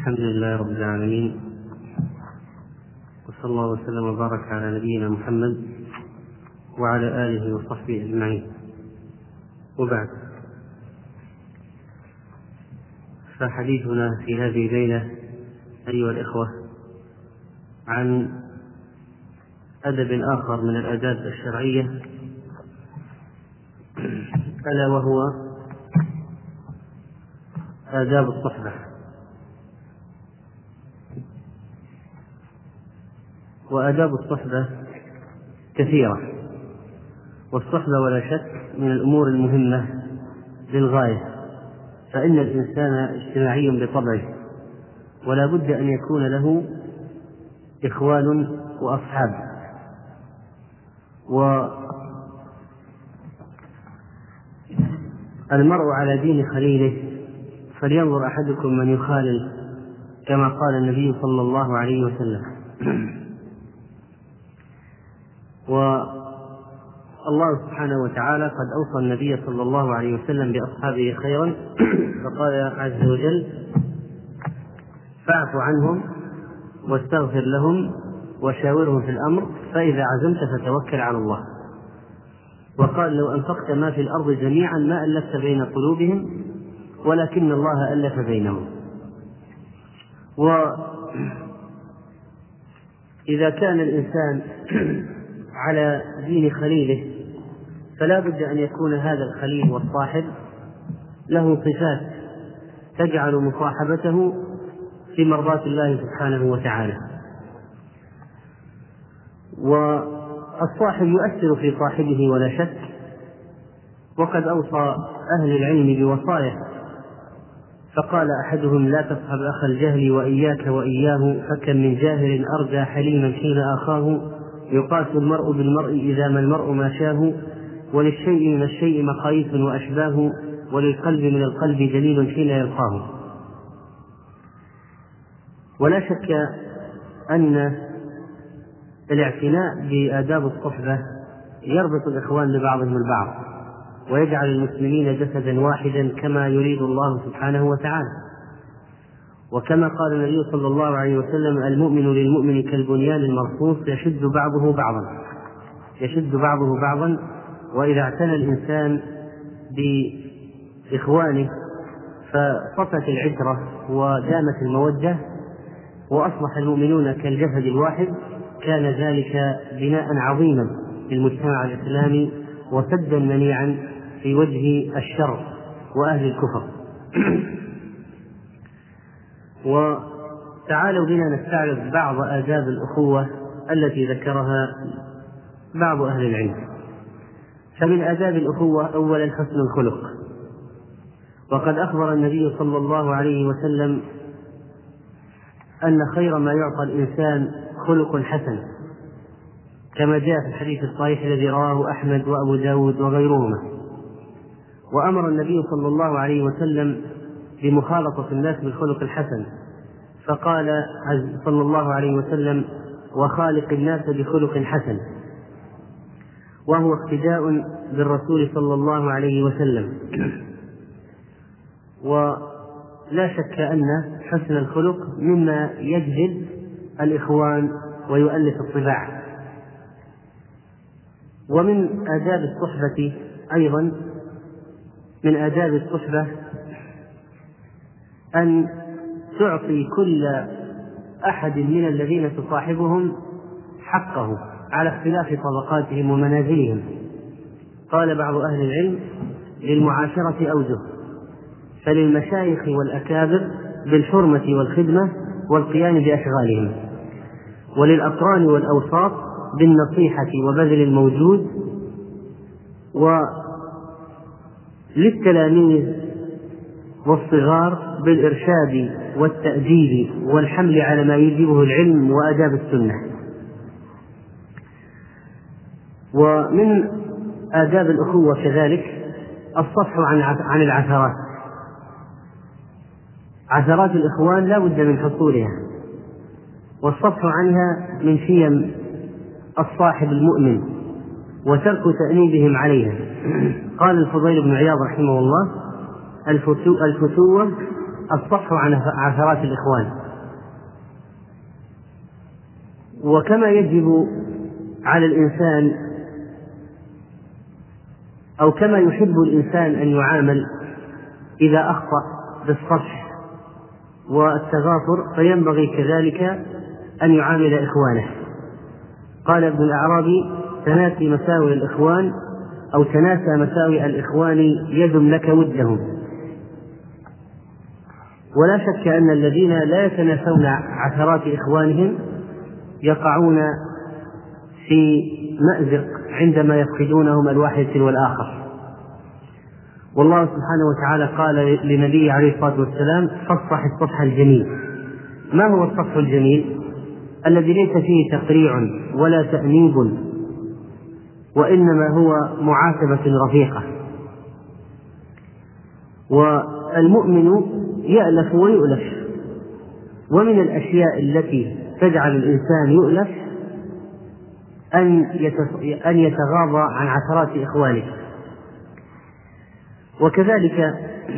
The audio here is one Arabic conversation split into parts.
الحمد لله رب العالمين، وصلى الله وسلم وبارك على نبينا محمد وعلى آله وصحبه أجمعين، وبعد. فحديثنا في هذه الليلة أيها الإخوة عن أدب آخر من الآداب الشرعية، ألا وهو آداب الصحبة. وآداب الصحبة كثيرة، والصحبة ولا شك من الأمور المهمة للغاية، فإن الإنسان اجتماعي بطبعه، ولا بد أن يكون له إخوان وأصحاب. والمرء على دين خليله، فلينظر أحدكم من يخالل، كما قال النبي صلى الله عليه وسلم. والله سبحانه وتعالى قد أوصى النبي صلى الله عليه وسلم بأصحابه خيرا، فقال عز وجل: فاعف عنهم واستغفر لهم وشاورهم في الأمر فإذا عزمت فتوكل على الله. وقال: لو أنفقت ما في الأرض جميعا ما ألفت بين قلوبهم ولكن الله ألف بينهم. وإذا كان الإنسان على دين خليله فلا بد أن يكون هذا الخليل والصاحب له صفات تجعل مصاحبته في مرضاة الله سبحانه وتعالى. والصاحب يؤثر في صاحبه ولا شك، وقد أوصى أهل العلم بوصايا، فقال أحدهم: لا تصحب أخ الجهل وإياك وإياه، فكم من جاهل أرجى حليما حين آخاه، يقاس المرء بالمرء إذا ما المرء ما شاه، وللشيء من الشيء مقاييس وأشباه، وللقلب من القلب دليل حين يلقاه. ولا شك أن الاعتناء بآداب الصحبة يربط الإخوان ببعضهم البعض، ويجعل المسلمين جسدا واحدا كما يريد الله سبحانه وتعالى. وكما قال النبي صلى الله عليه وسلم: المؤمن للمؤمن كالبنيان المرصوص يشد بعضه بعضا. وإذا اعتنى الإنسان بإخوانه فصفت العشرة ودامت المودة، وأصبح المؤمنون كالجسد الواحد، كان ذلك بناء عظيما للمجتمع الإسلامي وسدا منيعا في وجه الشر وأهل الكفر. وتعالوا بنا نستعرض بعض آداب الأخوة التي ذكرها بعض أهل العلم. فمن آداب الأخوة أولا حسن الخلق، وقد أخبر النبي صلى الله عليه وسلم أن خير ما يعطى الإنسان خلق حسن، كما جاء في الحديث الصحيح الذي رواه أحمد وأبو داود وغيرهما. وأمر النبي صلى الله عليه وسلم بمخالطة الناس بالخلق الحسن، فقال صلى الله عليه وسلم: وخالق الناس بخلق حسن، وهو اقتداء بالرسول صلى الله عليه وسلم. ولا شك أن حسن الخلق مما يجذب الإخوان ويؤلف الطباع. ومن آداب الصحبة أيضا، من آداب الصحبة أن تعطي كل أحد من الذين تصاحبهم حقه على اختلاف طبقاتهم ومنازلهم. قال بعض أهل العلم: للمعاشرة أوجه، فللمشايخ والأكابر بالحرمة والخدمة والقيام بأشغالهم، وللأقران والأوساط بالنصيحة وبذل الموجود، وللتلاميذ والصغار بالإرشاد والتأديب والحمل على ما يجيبه العلم وآداب السنة. ومن آداب الأخوة كذلك الصفح عن العثرات. عثرات الإخوان لا بد من حصولها، والصفح عنها من شيم الصاحب المؤمن، وترك تأنيبهم عليها. قال الفضيل بن عياض رحمه الله: الفتوة الصفح عن عثرات الإخوان. وكما يجب على الإنسان أو كما يحب الإنسان أن يعامل إذا أخطأ بالصفح والتغافر، فينبغي كذلك أن يعامل إخوانه. قال ابن الأعرابي: تناسي مساوي الإخوان أو تناسى مساوي الإخوان يدم لك ودهم. ولا شك أن الذين لا يتناسون عثرات إخوانهم يقعون في مأزق عندما يفقدونهم الواحد تلو الآخر. والله سبحانه وتعالى قال لنبيه عليه الصلاة والسلام: فاصفح الصفح الجميل. ما هو الصفح الجميل؟ الذي ليس فيه تقريع ولا تأنيب، وإنما هو معاتبة رفيقة. والمؤمن يألف ويؤلف، ومن الأشياء التي تجعل الإنسان يؤلف أن يتغاضى عن عثرات إخوانه. وكذلك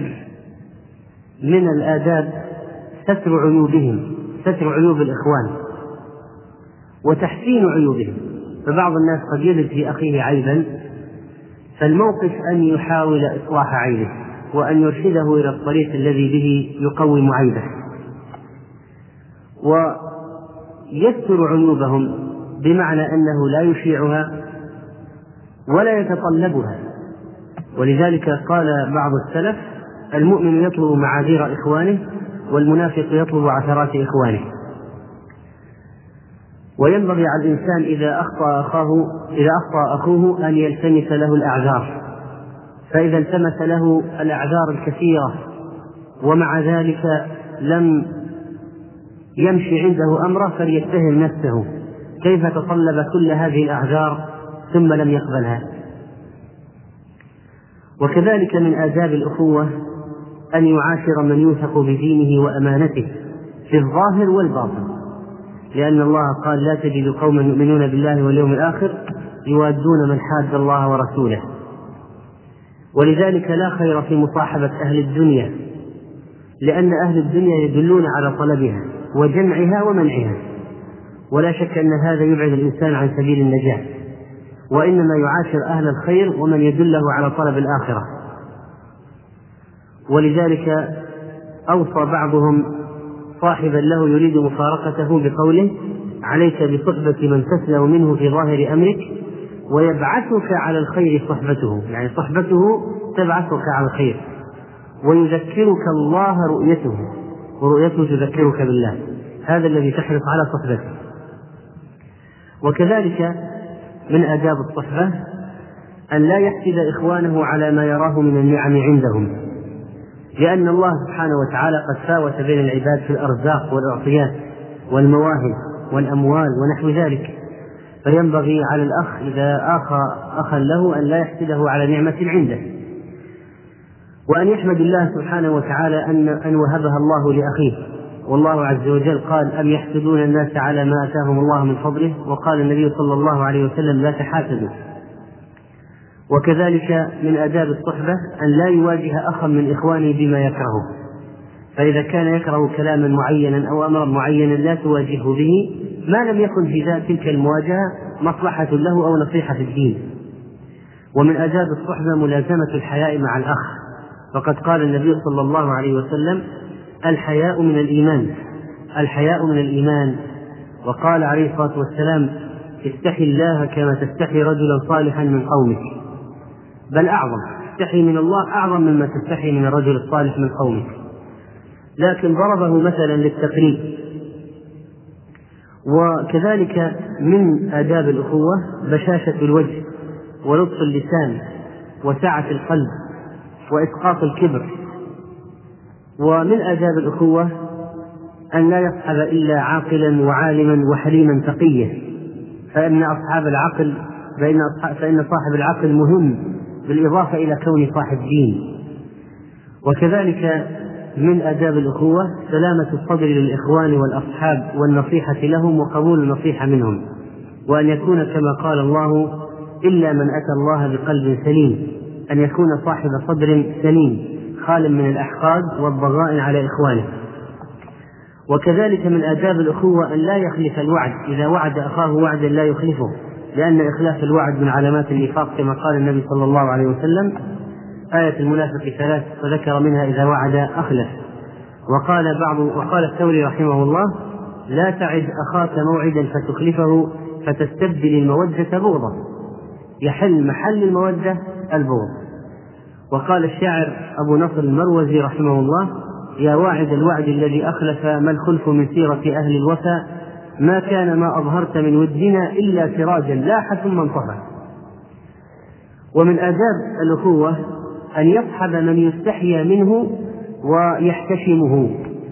من الآداب ستر عيوبهم، ستر عيوب الإخوان وتحسين عيوبهم. فبعض الناس قد يجد في أخيه عيبا، فالموقف أن يحاول إصلاح عيبه وأن يرشده إلى الطريق الذي به يقوم عيبه، ويستر عيوبهم بمعنى أنه لا يشيعها ولا يتطلبها. ولذلك قال بعض السلف: المؤمن يطلب معاذير إخوانه، والمنافق يطلب عثرات إخوانه. وينبغي على الإنسان إذا أخطأ أخوه أن يلتمس له الأعذار، فإذا التمس له الأعذار الكثيرة ومع ذلك لم يمشي عنده أمره، فليتهم نفسه كيف تطلب كل هذه الأعذار ثم لم يقبلها. وكذلك من آداب الأخوة أن يعاشر من يوثق بدينه وأمانته في الظاهر والباطن، لأن الله قال: لا تجد قوما يؤمنون بالله واليوم الآخر يوادون من حاد الله ورسوله. ولذلك لا خير في مصاحبة أهل الدنيا، لأن أهل الدنيا يدلون على طلبها وجمعها ومنعها، ولا شك أن هذا يبعد الإنسان عن سبيل النجاة، وإنما يعاشر أهل الخير ومن يدله على طلب الآخرة. ولذلك أوصى بعضهم صاحبا له يريد مفارقته بقوله: عليك بصحبة من تسلم منه في ظاهر أمرك ويبعثك على الخير صحبته، يعني صحبته تبعثك على الخير، ويذكرك الله رؤيته، ورؤيته تذكرك بالله. هذا الذي تحرص على صحبته. وكذلك من آداب الصحبة أن لا يحسد إخوانه على ما يراه من النعم عندهم، لأن الله سبحانه وتعالى قد فاوت بين العباد في الأرزاق والأعطيات والمواهب والأموال ونحو ذلك، فينبغي على الأخ إذا أخا له أن لا يحسده على نعمة عنده، وأن يحمد الله سبحانه وتعالى أن وهبها الله لأخيه. والله عز وجل قال: أم يحسدون الناس على ما آتاهم الله من فضله، وقال النبي صلى الله عليه وسلم: لا تحاسدوا. وكذلك من آداب الصحبة أن لا يواجه أخا من إخوانه بما يكرهه، فإذا كان يكره كلاما معينا أو أمرا معينا لا تواجهه به ما لم يكن في تلك المواجهة مصلحة له أو نصيحة في الدين. ومن آداب الصحبة ملازمة الحياء مع الأخ، فقد قال النبي صلى الله عليه وسلم: الحياء من الإيمان، الحياء من الإيمان. وقال عليه الصلاة والسلام: استحي الله كما تستحي رجلا صالحا من قومك، بل أعظم، تستحي من الله أعظم مما تستحي من الرجل الصالح من قومك. لكن ضربه مثلا للتقريب. وكذلك من آداب الأخوة بشاشة الوجه ولطف اللسان وسعة القلب وإسقاط الكبر. ومن آداب الأخوة أن لا يصحب إلا عاقلا وعالما وحليما تقيا، فإن صاحب العقل مهم بالإضافة إلى كون صاحب دين. وكذلك من آداب الأخوة سلامة الصدر للإخوان والأصحاب والنصيحة لهم وقبول النصيحة منهم، وأن يكون كما قال الله: إلا من أتى الله بقلب سليم، أن يكون صاحب صدر سليم خال من الأحقاد والضغائن على إخوانه. وكذلك من آداب الأخوة أن لا يخلف الوعد، إذا وعد أخاه وعدا لا يخلفه، لأن إخلاف الوعد من علامات النفاق كما قال النبي صلى الله عليه وسلم: آية المنافق 3، فذكر منها إذا وعد أخلف. وقال الثوري رحمه الله: لا تعد أخاك موعدا فتخلفه فتستبدل المودة بغضا، يحل محل المودة البغض. وقال الشاعر أبو نصر المروزي رحمه الله: يا واعد الوعد الذي أخلف، ما الخلف من سيرة أهل الوفا، ما كان ما أظهرت من ودنا إلا سراجا لاح ثم انطفى. ومن آداب الأخوة أن يصحب من يستحيا منه ويحتشمه.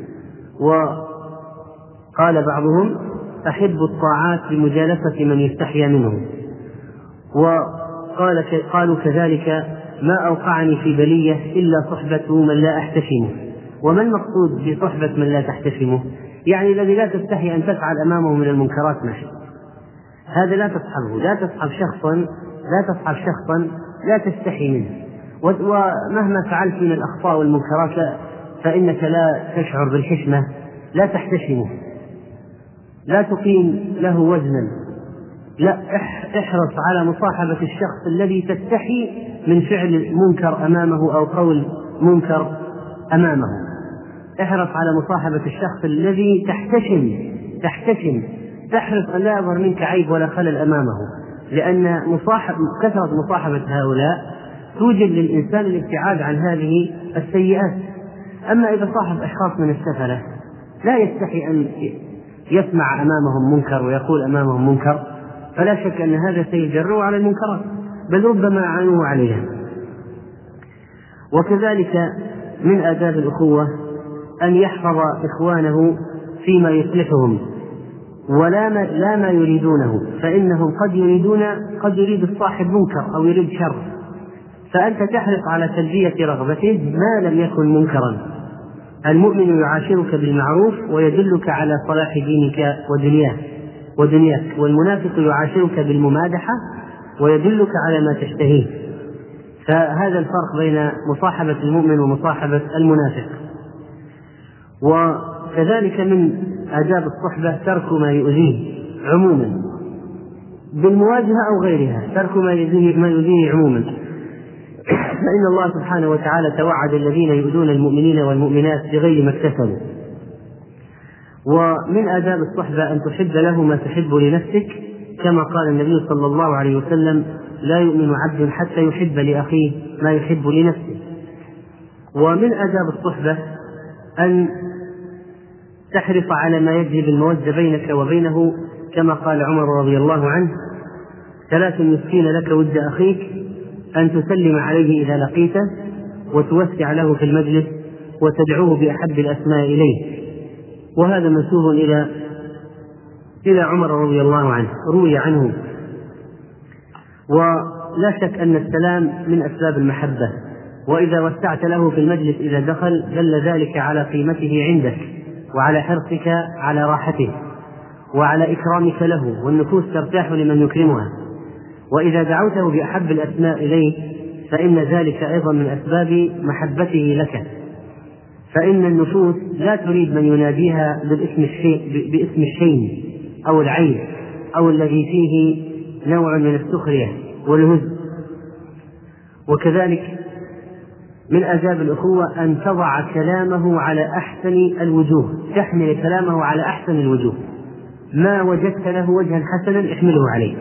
وقال بعضهم: أحب الطاعات بمجالسة من يستحيا منه. وقالوا كذلك: ما أوقعني في بلية إلا صحبة من لا أحتشمه. وما المقصود بصحبة من لا تحتشمه؟ يعني الذي لا تستحي أن تفعل أمامه من المنكرات ماشي، هذا لا تصحبه. لا تصحب شخصا لا تستحي منه، ومهما فعلت من الأخطاء والمنكرات فإنك لا تشعر بالحشمة، لا تحتشمه، لا تقيم له وزنا. لا، احرص على مصاحبة الشخص الذي تستحي من فعل منكر أمامه أو قول منكر أمامه. احرص على مصاحبة الشخص الذي تحتشم، تحرص أن لا يظهر منك عيب ولا خلل أمامه، لأن كثرة مصاحبة هؤلاء توجب للإنسان الابتعاد عن هذه السيئات. أما إذا صاحب أشخاص من السفلة لا يستحي أن يسمع أمامهم منكر ويقول أمامهم منكر، فلا شك أن هذا سيجره على المنكرات، بل ربما عانوه عليها. وكذلك من آداب الأخوة أن يحفظ إخوانه فيما يصلحهم لا ما يريدونه، فإنهم قد يريد الصاحب منكر أو يريد شر، فأنت تحرص على تلبية رغبته ما لم يكن منكرا. المؤمن يعاشرك بالمعروف ويدلك على صلاح دينك ودنياك، والمنافق يعاشرك بالممادحة ويدلك على ما تشتهيه. فهذا الفرق بين مصاحبة المؤمن ومصاحبة المنافق. وكذلك من آداب الصحبة ترك ما يؤذيه عموما، بالمواجهة أو غيرها، ترك ما يؤذيه عموما، فإن الله سبحانه وتعالى توعد الذين يؤذون المؤمنين والمؤمنات بغير ما اكتسبوا. ومن آداب الصحبة أن تحب له ما تحب لنفسك، كما قال النبي صلى الله عليه وسلم: لا يؤمن عبد حتى يحب لأخيه ما يحب لنفسه. ومن آداب الصحبة أن تحرص على ما يجلب المودة بينك وبينه، كما قال عمر رضي الله عنه: 3 يسكين لك ود أخيك، أن تسلم عليه إذا لقيته، وتوسع له في المجلس، وتدعوه بأحب الأسماء إليه. وهذا منسوب إلى عمر رضي الله عنه، روي عنه. ولا شك أن السلام من أسباب المحبة، وإذا وسعت له في المجلس إذا دخل دل ذلك على قيمته عندك، وعلى حرصك على راحته، وعلى إكرامك له، والنفوس ترتاح لمن يكرمها. وإذا دعوته بأحب الأسماء إليه فإن ذلك أيضا من أسباب محبته لك، فإن النفوس لا تريد من يناديها باسم الشين أو العيب أو الذي فيه نوع من السخرية والهزء. وكذلك من آداب الأخوة أن تضع كلامه على أحسن الوجوه، تحمل كلامه على أحسن الوجوه، ما وجدت له وجها حسنا احمله عليه،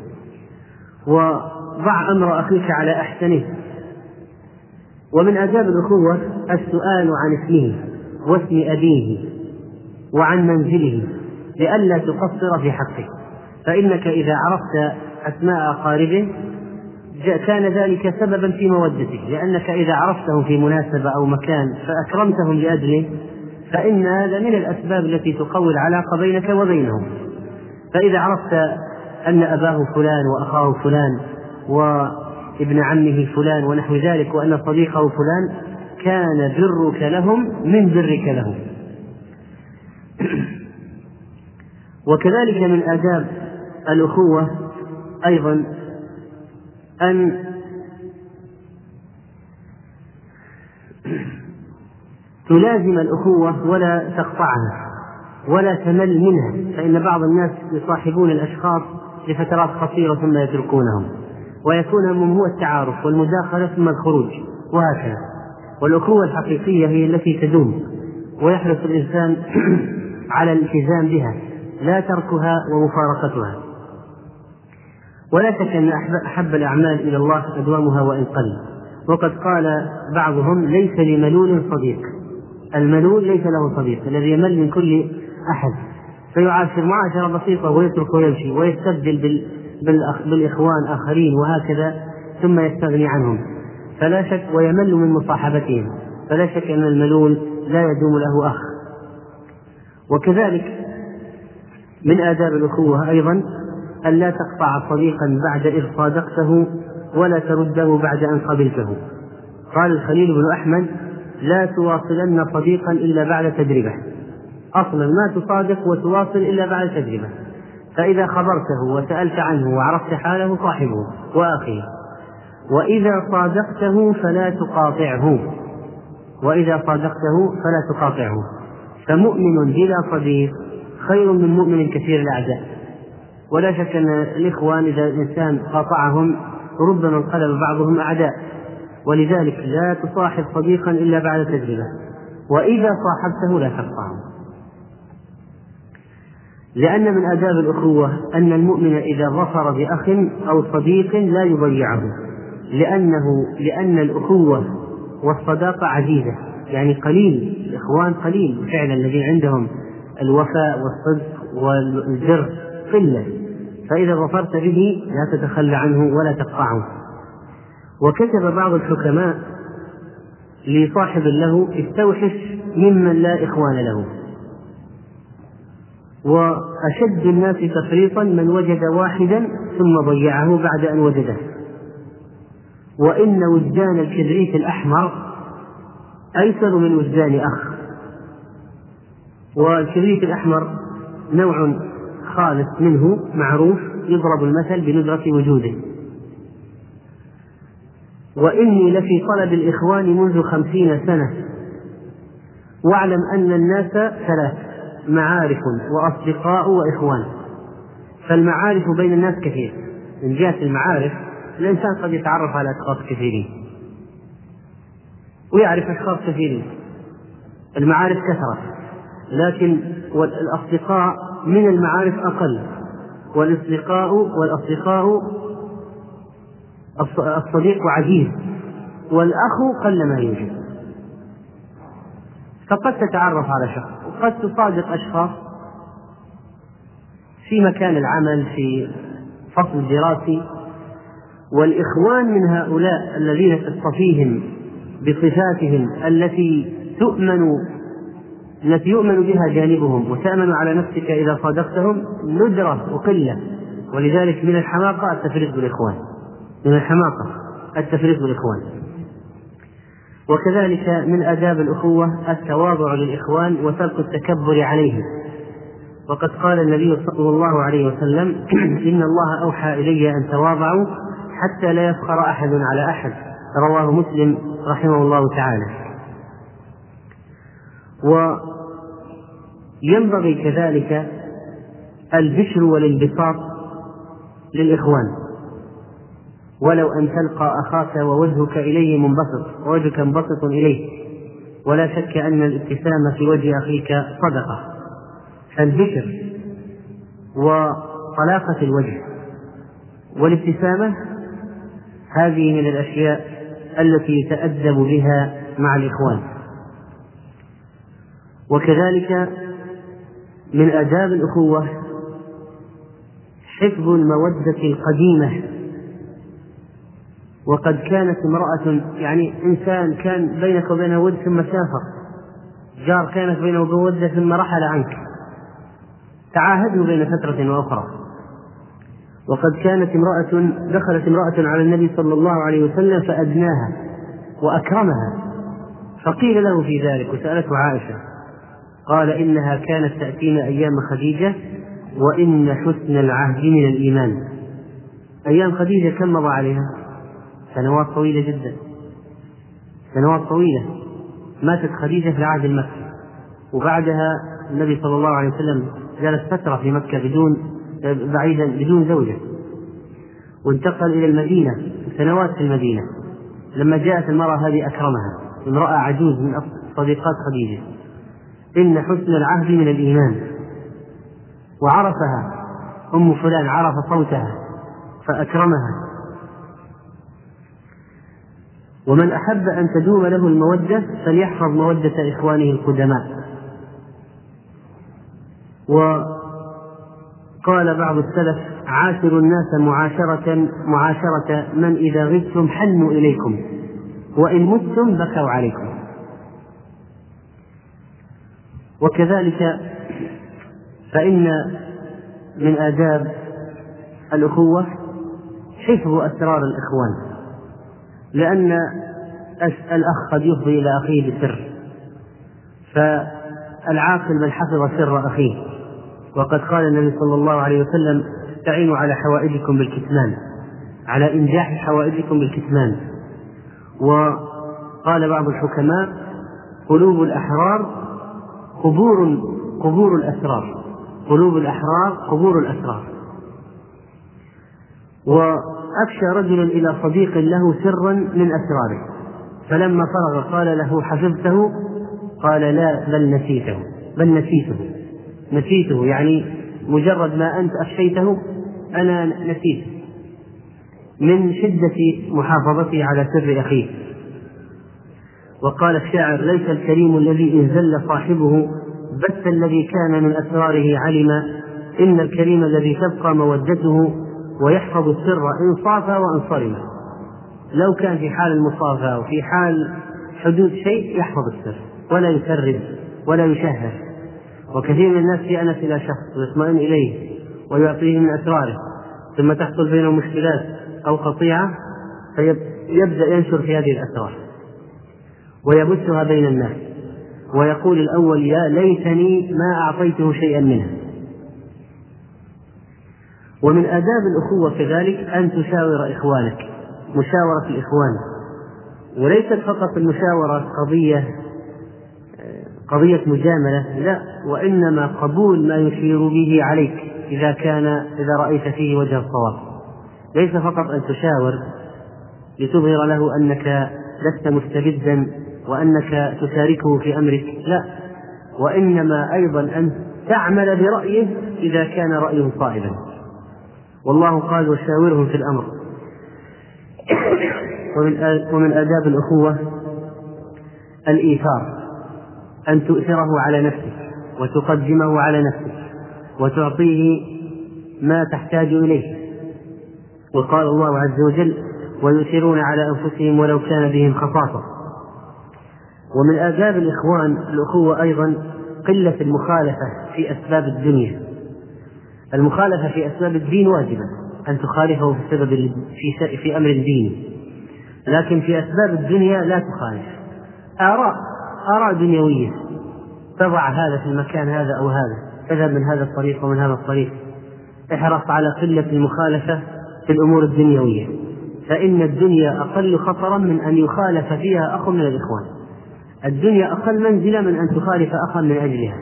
وضع أمر أخيك على أحسنه. ومن آداب الأخوة السؤال عن اسمه واسم أبيه وعن منزله لئلا تقصر في حقه، فإنك إذا عرفت أسماء أقاربه كان ذلك سببا في مودته، لأنك إذا عرفته في مناسبة أو مكان فأكرمتهم لأجله فإن هذا من الأسباب التي تقوي العلاقة بينك وبينهم. فإذا عرفت أن أباه فلان وأخاه فلان وابن عمه فلان ونحو ذلك، وأن صديقه فلان، كان برك لهم من برك لهم. وكذلك من آداب الأخوة أيضا أن تلازم الأخوة ولا تقطعها ولا تمل منها، فإن بعض الناس يصاحبون الأشخاص لفترات قصيرة ثم يتركونهم، ويكون همهم هو التعارف والمداخلة ثم الخروج وهكذا. والأخوة الحقيقية هي التي تدوم ويحرص الإنسان على الالتزام بها لا تركها ومفارقتها. ولا شك أن أحب الأعمال إلى الله أدوامها وإن قل. وقد قال بعضهم: ليس لملول صديق. الملول ليس له صديق، الذي يمل من كل أحد فيعاشر معاشرة بسيطة ويترك ويمشي ويستبدل بالإخوان آخرين وهكذا ثم يستغني عنهم، فلا شك ويمل من مصاحبتهم، فلا شك أن الملول لا يدوم له أخ. وكذلك من آداب الأخوة أيضا أن لا تقطع صديقا بعد إذ صادقته ولا ترده بعد أن قبلته. قال الخليل بن أحمد: لا تواصلن صديقا إلا بعد تجربة. أصلا ما تصادق وتواصل إلا بعد تجربة، فإذا خبرته وسألت عنه وعرفت حاله صاحبه وأخيه. وإذا صادقته فلا تقاطعه، وإذا صادقته فلا تقاطعه، فمؤمن بلا صديق خير من مؤمن كثير الأعداء. ولا شك أن الإخوان إذا الإنسان قاطعهم ربما انقلب بعضهم أعداء، ولذلك لا تصاحب صديقا إلا بعد تجربة، وإذا صاحبته لا تقطعه. لأن من آداب الأخوة أن المؤمن إذا ظفر بأخ أو صديق لا يضيعه، لأن الأخوة والصداقة عزيزة، يعني قليل الإخوان قليل فعلا الذين عندهم الوفاء والصدق والبر قلة، فإذا ظفرت به لا تتخلى عنه ولا تقطعه. وكتب بعض الحكماء لصاحب له: استوحش ممن لا إخوان له. وأشد الناس تفريطا من وجد واحدا ثم ضيعه بعد أن وجده. وإن وجدان الكبريت الأحمر أيسر من وجدان أخ. والكبريت الأحمر نوع خالص منه معروف يضرب المثل بندرة وجوده. وإني لفي طلب الإخوان منذ 50 سنة، واعلم أن الناس 3: معارف وأصدقاء وإخوان. فالمعارف بين الناس كثير، من جهة المعارف الإنسان قد يتعرف على أشخاص كثيرين ويعرف أشخاص كثيرين، المعارف كثرة، لكن الأصدقاء من المعارف أقل، والأصدقاء الصديق عزيز، والأخ قل ما يوجد. فقد تتعرف على شخص وقد تصادق أشخاص في مكان العمل في فصل دراسي، والإخوان من هؤلاء الذين تصطفيهم بصفاتهم التي يؤمن بها جانبهم وتأمن على نفسك إذا صادقتهم ندرة وقلة. ولذلك من الحماقة التفريط بالإخوان. وكذلك من آداب الأخوة التواضع للإخوان وترك التكبر عليهم. وقد قال النبي صلى الله عليه وسلم: إن الله أوحى إلي أن تواضعوا حتى لا يفخر أحد على أحد. رواه مسلم رحمه الله تعالى. وينبغي كذلك البشر والانبساط للإخوان، ولو أن تلقى أخاك ووجهك إليه منبسط ووجهك منبسط إليه. ولا شك أن الابتسامة في وجه أخيك صدقة. فالبشر وطلاقة الوجه والابتسامة هذه من الأشياء التي يتأدب بها مع الإخوان. وكذلك من آداب الأخوة حفظ المودة القديمة. وقد كانت امرأة، يعني إنسان كان بينك وبينه ود ثم سافر، جار كانت بينه وبينه ود ثم رحل عنك، تعاهدوا بين فترة وأخرى. وقد دخلت امرأة على النبي صلى الله عليه وسلم فأدناها وأكرمها، فقيل له في ذلك وسألته عائشة، قال: إنها كانت تأتينا أيام خديجة وإن حسن العهد من الإيمان. أيام خديجة كم مضى عليها؟ سنوات طويلة جدا، سنوات طويلة. ماتت خديجة في العهد المكي، وبعدها النبي صلى الله عليه وسلم جلس فترة في مكة بدون زوجة، وانتقل إلى المدينة سنوات في المدينة. لما جاءت المرأة هذه أكرمها، امرأة عجوز من صديقات خديجة، إن حسن العهد من الإيمان، وعرفها أم فلان، عرف صوتها فأكرمها. ومن أحب أن تدوم له المودة فليحفظ مودة إخوانه القدماء. وقال بعض السلف: عاشروا الناس معاشرة من إذا غبتم حنوا إليكم، وإن متم بكوا عليكم. وكذلك فإن من آداب الأخوة حفظ أسرار الإخوان، لأن الأخ قد يفضي إلى أخيه بسر، فالعاقل من حفظ سر أخيه. وقد قال النبي صلى الله عليه وسلم: استعينوا على حوائجكم بالكتمان، على إنجاح حوائجكم بالكتمان. وقال بعض الحكماء: قلوب الأحرار قبور الأسرار، قلوب الأحرار قبور الأسرار. وأفشى رجل إلى صديق له سرا من أسراره، فلما فرغ قال له: حفظته؟ قال: لا، بل نسيته، يعني مجرد ما أنت أفشيته أنا نسيته، من شدة محافظته على سر أخيه. وقال الشاعر: ليس الكريم الذي إن زل صاحبه بث الذي كان من أسراره علم، إن الكريم الذي تبقى مودته ويحفظ السر إن صافى وإن صرم. لو كان في حال المصافى وفي حال حدوث شيء يحفظ السر ولا يسرب ولا يشهر. وكثير من الناس يأنس إلى شخص ويطمئن إليه ويعطيه من أسراره، ثم تحصل بينهم مشكلات أو قطيعة فيبدأ ينشر في هذه الأسرار ويبثها بين الناس، ويقول الأول: يا ليتني ما أعطيته شيئا منها. ومن آداب الأخوة كذلك أن تشاور إخوانك، مشاورة الإخوان، وليست فقط المشاورة قضية مجاملة، لا، وإنما قبول ما يشير به عليك إذا رأيت فيه وجه الصواب. ليس فقط أن تشاور لتظهر له أنك لست مستبدا وأنك تشاركه في أمرك، لا، وإنما أيضا أن تعمل برأيه إذا كان رأيه صائبا. والله قال: وشاورهم في الأمر. ومن آداب الأخوة الإيثار، أن تؤثره على نفسك وتقدمه على نفسك وتعطيه ما تحتاج إليه. وقال الله عز وجل: ويؤثرون على أنفسهم ولو كان بهم خصاصة. ومن آداب الأخوة أيضا قلة المخالفة في أسباب الدنيا. المخالفة في أسباب الدين واجبة، أن تخالفه في أمر ديني، لكن في أسباب الدنيا لا تخالف. آراء دنيوية، تضع هذا في المكان هذا أو هذا، تذهب من هذا الطريق ومن هذا الطريق. احرص على قلة المخالفة في الأمور الدنيوية، فإن الدنيا أقل خطرا من أن يخالف فيها أخ من الإخوان. الدنيا أقل منزلة من أن تخالف أخا من أجلها.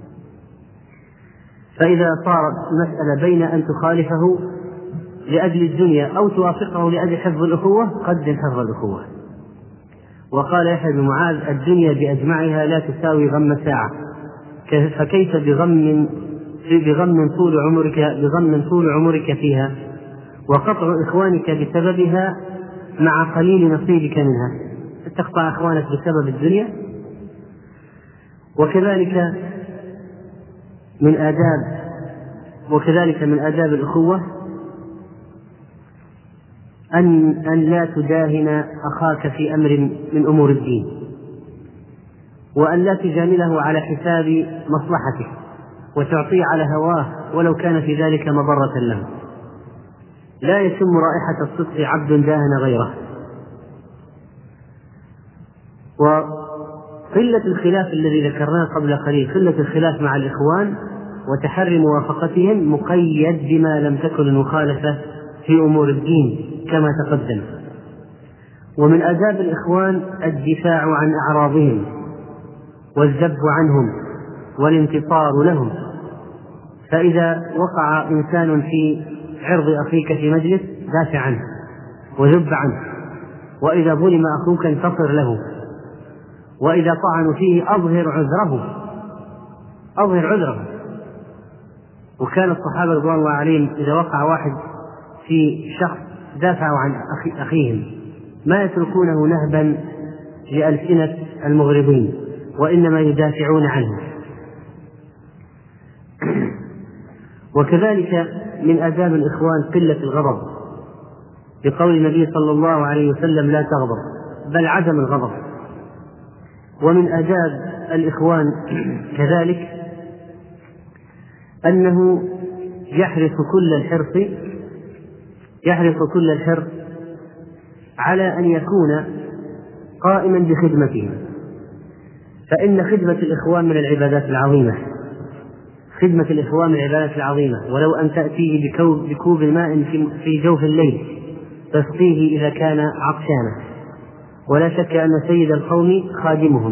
فإذا صارت مسألة بين أن تخالفه لأجل الدنيا أو توافقه لأجل حفظ الأخوة، قدم حفظ الأخوة. وقال يحيى بن معاذ: الدنيا بأجمعها لا تساوي غم ساعة، فكيف بغم طول عمرك فيها، وقطع إخوانك بسببها مع قليل نصيبك منها. تقطع إخوانك بسبب الدنيا. وكذلك من آداب الأخوة أن لا تداهن أخاك في أمر من أمور الدين، وأن لا تجامله على حساب مصلحته وتعطيه على هواه ولو كان في ذلك مضرة له. لا يشم رائحة الصدق عبد داهن غيره. وقلة الخلاف الذي ذكرناه قبل قليل، قلة الخلاف مع الإخوان وتحري موافقتهم، مقيد بما لم تكن المخالفة في أمور الدين كما تقدم. ومن آداب الإخوان الدفاع عن أعراضهم والذب عنهم والانتصار لهم. فإذا وقع إنسان في عرض أخيك في مجلس دافع عنه وذب عنه، وإذا ظلم أخوك انتصر له، وإذا طعنوا فيه أظهر عذره. وكان الصحابة رضوان الله عليهم إذا وقع واحد في شخص دافعوا عن أخيهم ما يتركونه نهبا لألسنة المغرضين، وإنما يدافعون عنه. وكذلك من آداب الإخوان قلة الغضب، بقول النبي صلى الله عليه وسلم: لا تغضب، بل عدم الغضب. ومن آداب الإخوان كذلك أنه يحرص كل الحرص على أن يكون قائما بخدمتهم، فإن خدمة الإخوان من العبادات العظيمة. ولو أن تأتيه بكوب الماء في جوف الليل تسقيه إذا كان عطشانا، ولا شك أن سيد القوم خادمهم.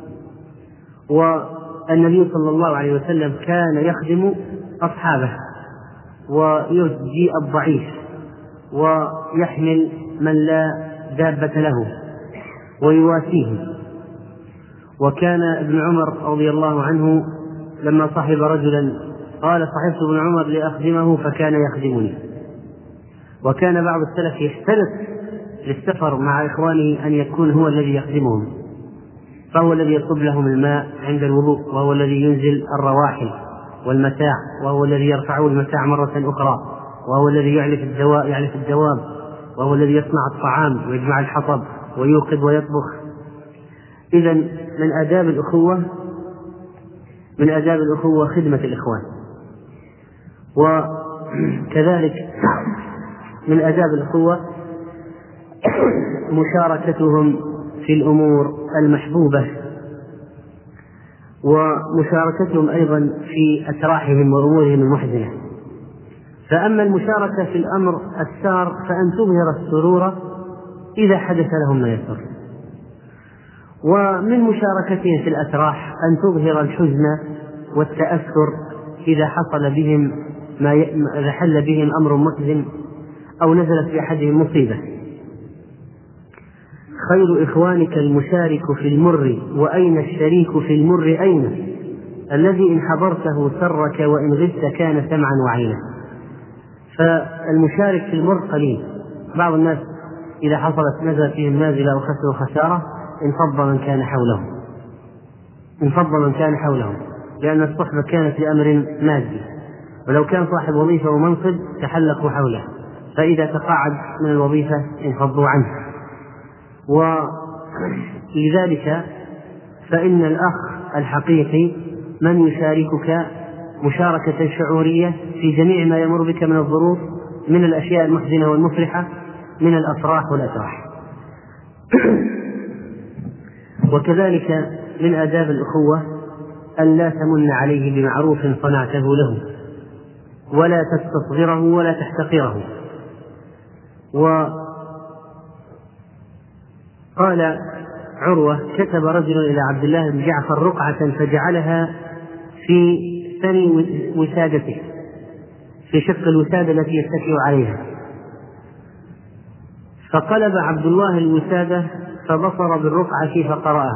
والنبي صلى الله عليه وسلم كان يخدم أصحابه ويجيء الضعيف ويحمل من لا دابة له ويواسيه. وكان ابن عمر رضي الله عنه لما صحب رجلا قال: صحبت ابن عمر لأخدمه فكان يخدمني. وكان بعض السلف يحترص للسفر مع إخوانه أن يكون هو الذي يخدمهم، فهو الذي يصب لهم الماء عند الوضوء، وهو الذي ينزل الرواحل والمتاع، وهو الذي يرفع المتاع مرة أخرى، وهو الذي يعلف الدواب، وهو الذي يصنع الطعام ويجمع الحطب ويوقد ويطبخ. إذن من آداب الأخوة خدمة الإخوان. وكذلك من آداب الأخوة مشاركتهم في الأمور المحبوبة، ومشاركتهم أيضا في أتراحهم وأمورهم المحزنة. فأما المشاركة في الأمر السار فأن تظهر السرور إذا حدث لهم ما يسر، ومن مشاركتهم في الأتراح أن تظهر الحزن والتأثر إذا حل بهم أمر محزن أو نزلت بأحدهم مصيبة. خير إخوانك المشارك في المر، وأين الشريك في المر أين؟ الذي إن حضرته سرك وإن غبت كان سمعا وعينا. فالمشارك في المر قليل. بعض الناس إذا نزلت فيهم نازلة أو خسروا خسارة انفض من كان حولهم، لأن الصحبة كانت لأمر مادي، ولو كان صاحب وظيفة ومنصب تحلقوا حوله، فإذا تقاعد من الوظيفة انفضوا عنه. ولذلك فإن الأخ الحقيقي من يشاركك مشاركة شعورية في جميع ما يمر بك من الظروف، من الأشياء المحزنة والمفرحة، من الأفراح والأتراح. وكذلك من آداب الأخوة أن لا تمن عليه بمعروف صنعته له، ولا تستصغره ولا تحتقره. وقال عروة: كتب رجل إلى عبد الله بن جعفر رقعة فجعلها في ثني وسادته، في شق الوسادة التي يتكئ عليها، فقلب عبد الله الوسادة فبصر بالرقعة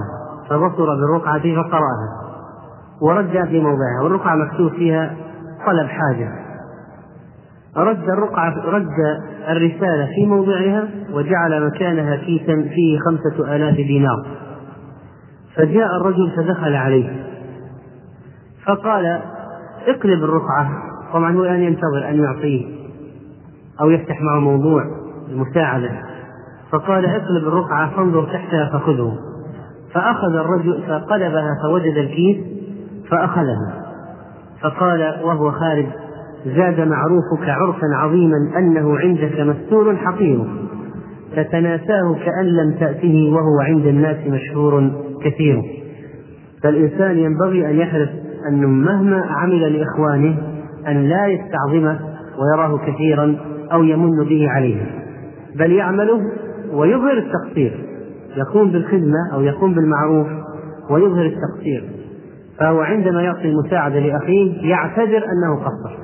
فقرأها ورجع في موضعها، والرقعة مكتوب فيها طلب حاجة. رد الرسالة في موضعها وجعل مكانها كيسا فيه 5,000 دينار. فجاء الرجل فدخل عليه فقال: اقلب الرقعة. طبعا هو الآن ينتظر أن يعطيه أو يفتح معه موضوع المساعدة، فقال: اقلب الرقعة فانظر تحتها فخذه. فأخذ الرجل فقلبها فوجد الكيس فأخذها، فقال وهو خارج: زاد معروفك عرفا عظيما أنه عندك مستور حقير، تتناساه كأن لم تأته وهو عند الناس مشهور كثير. فالإنسان ينبغي أن يحرص أنه مهما عمل لإخوانه أن لا يستعظمه ويراه كثيرا أو يمن به عليه، بل يعمله ويظهر التقصير، يقوم بالخدمة أو يقوم بالمعروف ويظهر التقصير، فهو عندما يعطي المساعدة لأخيه يعتذر أنه قصر،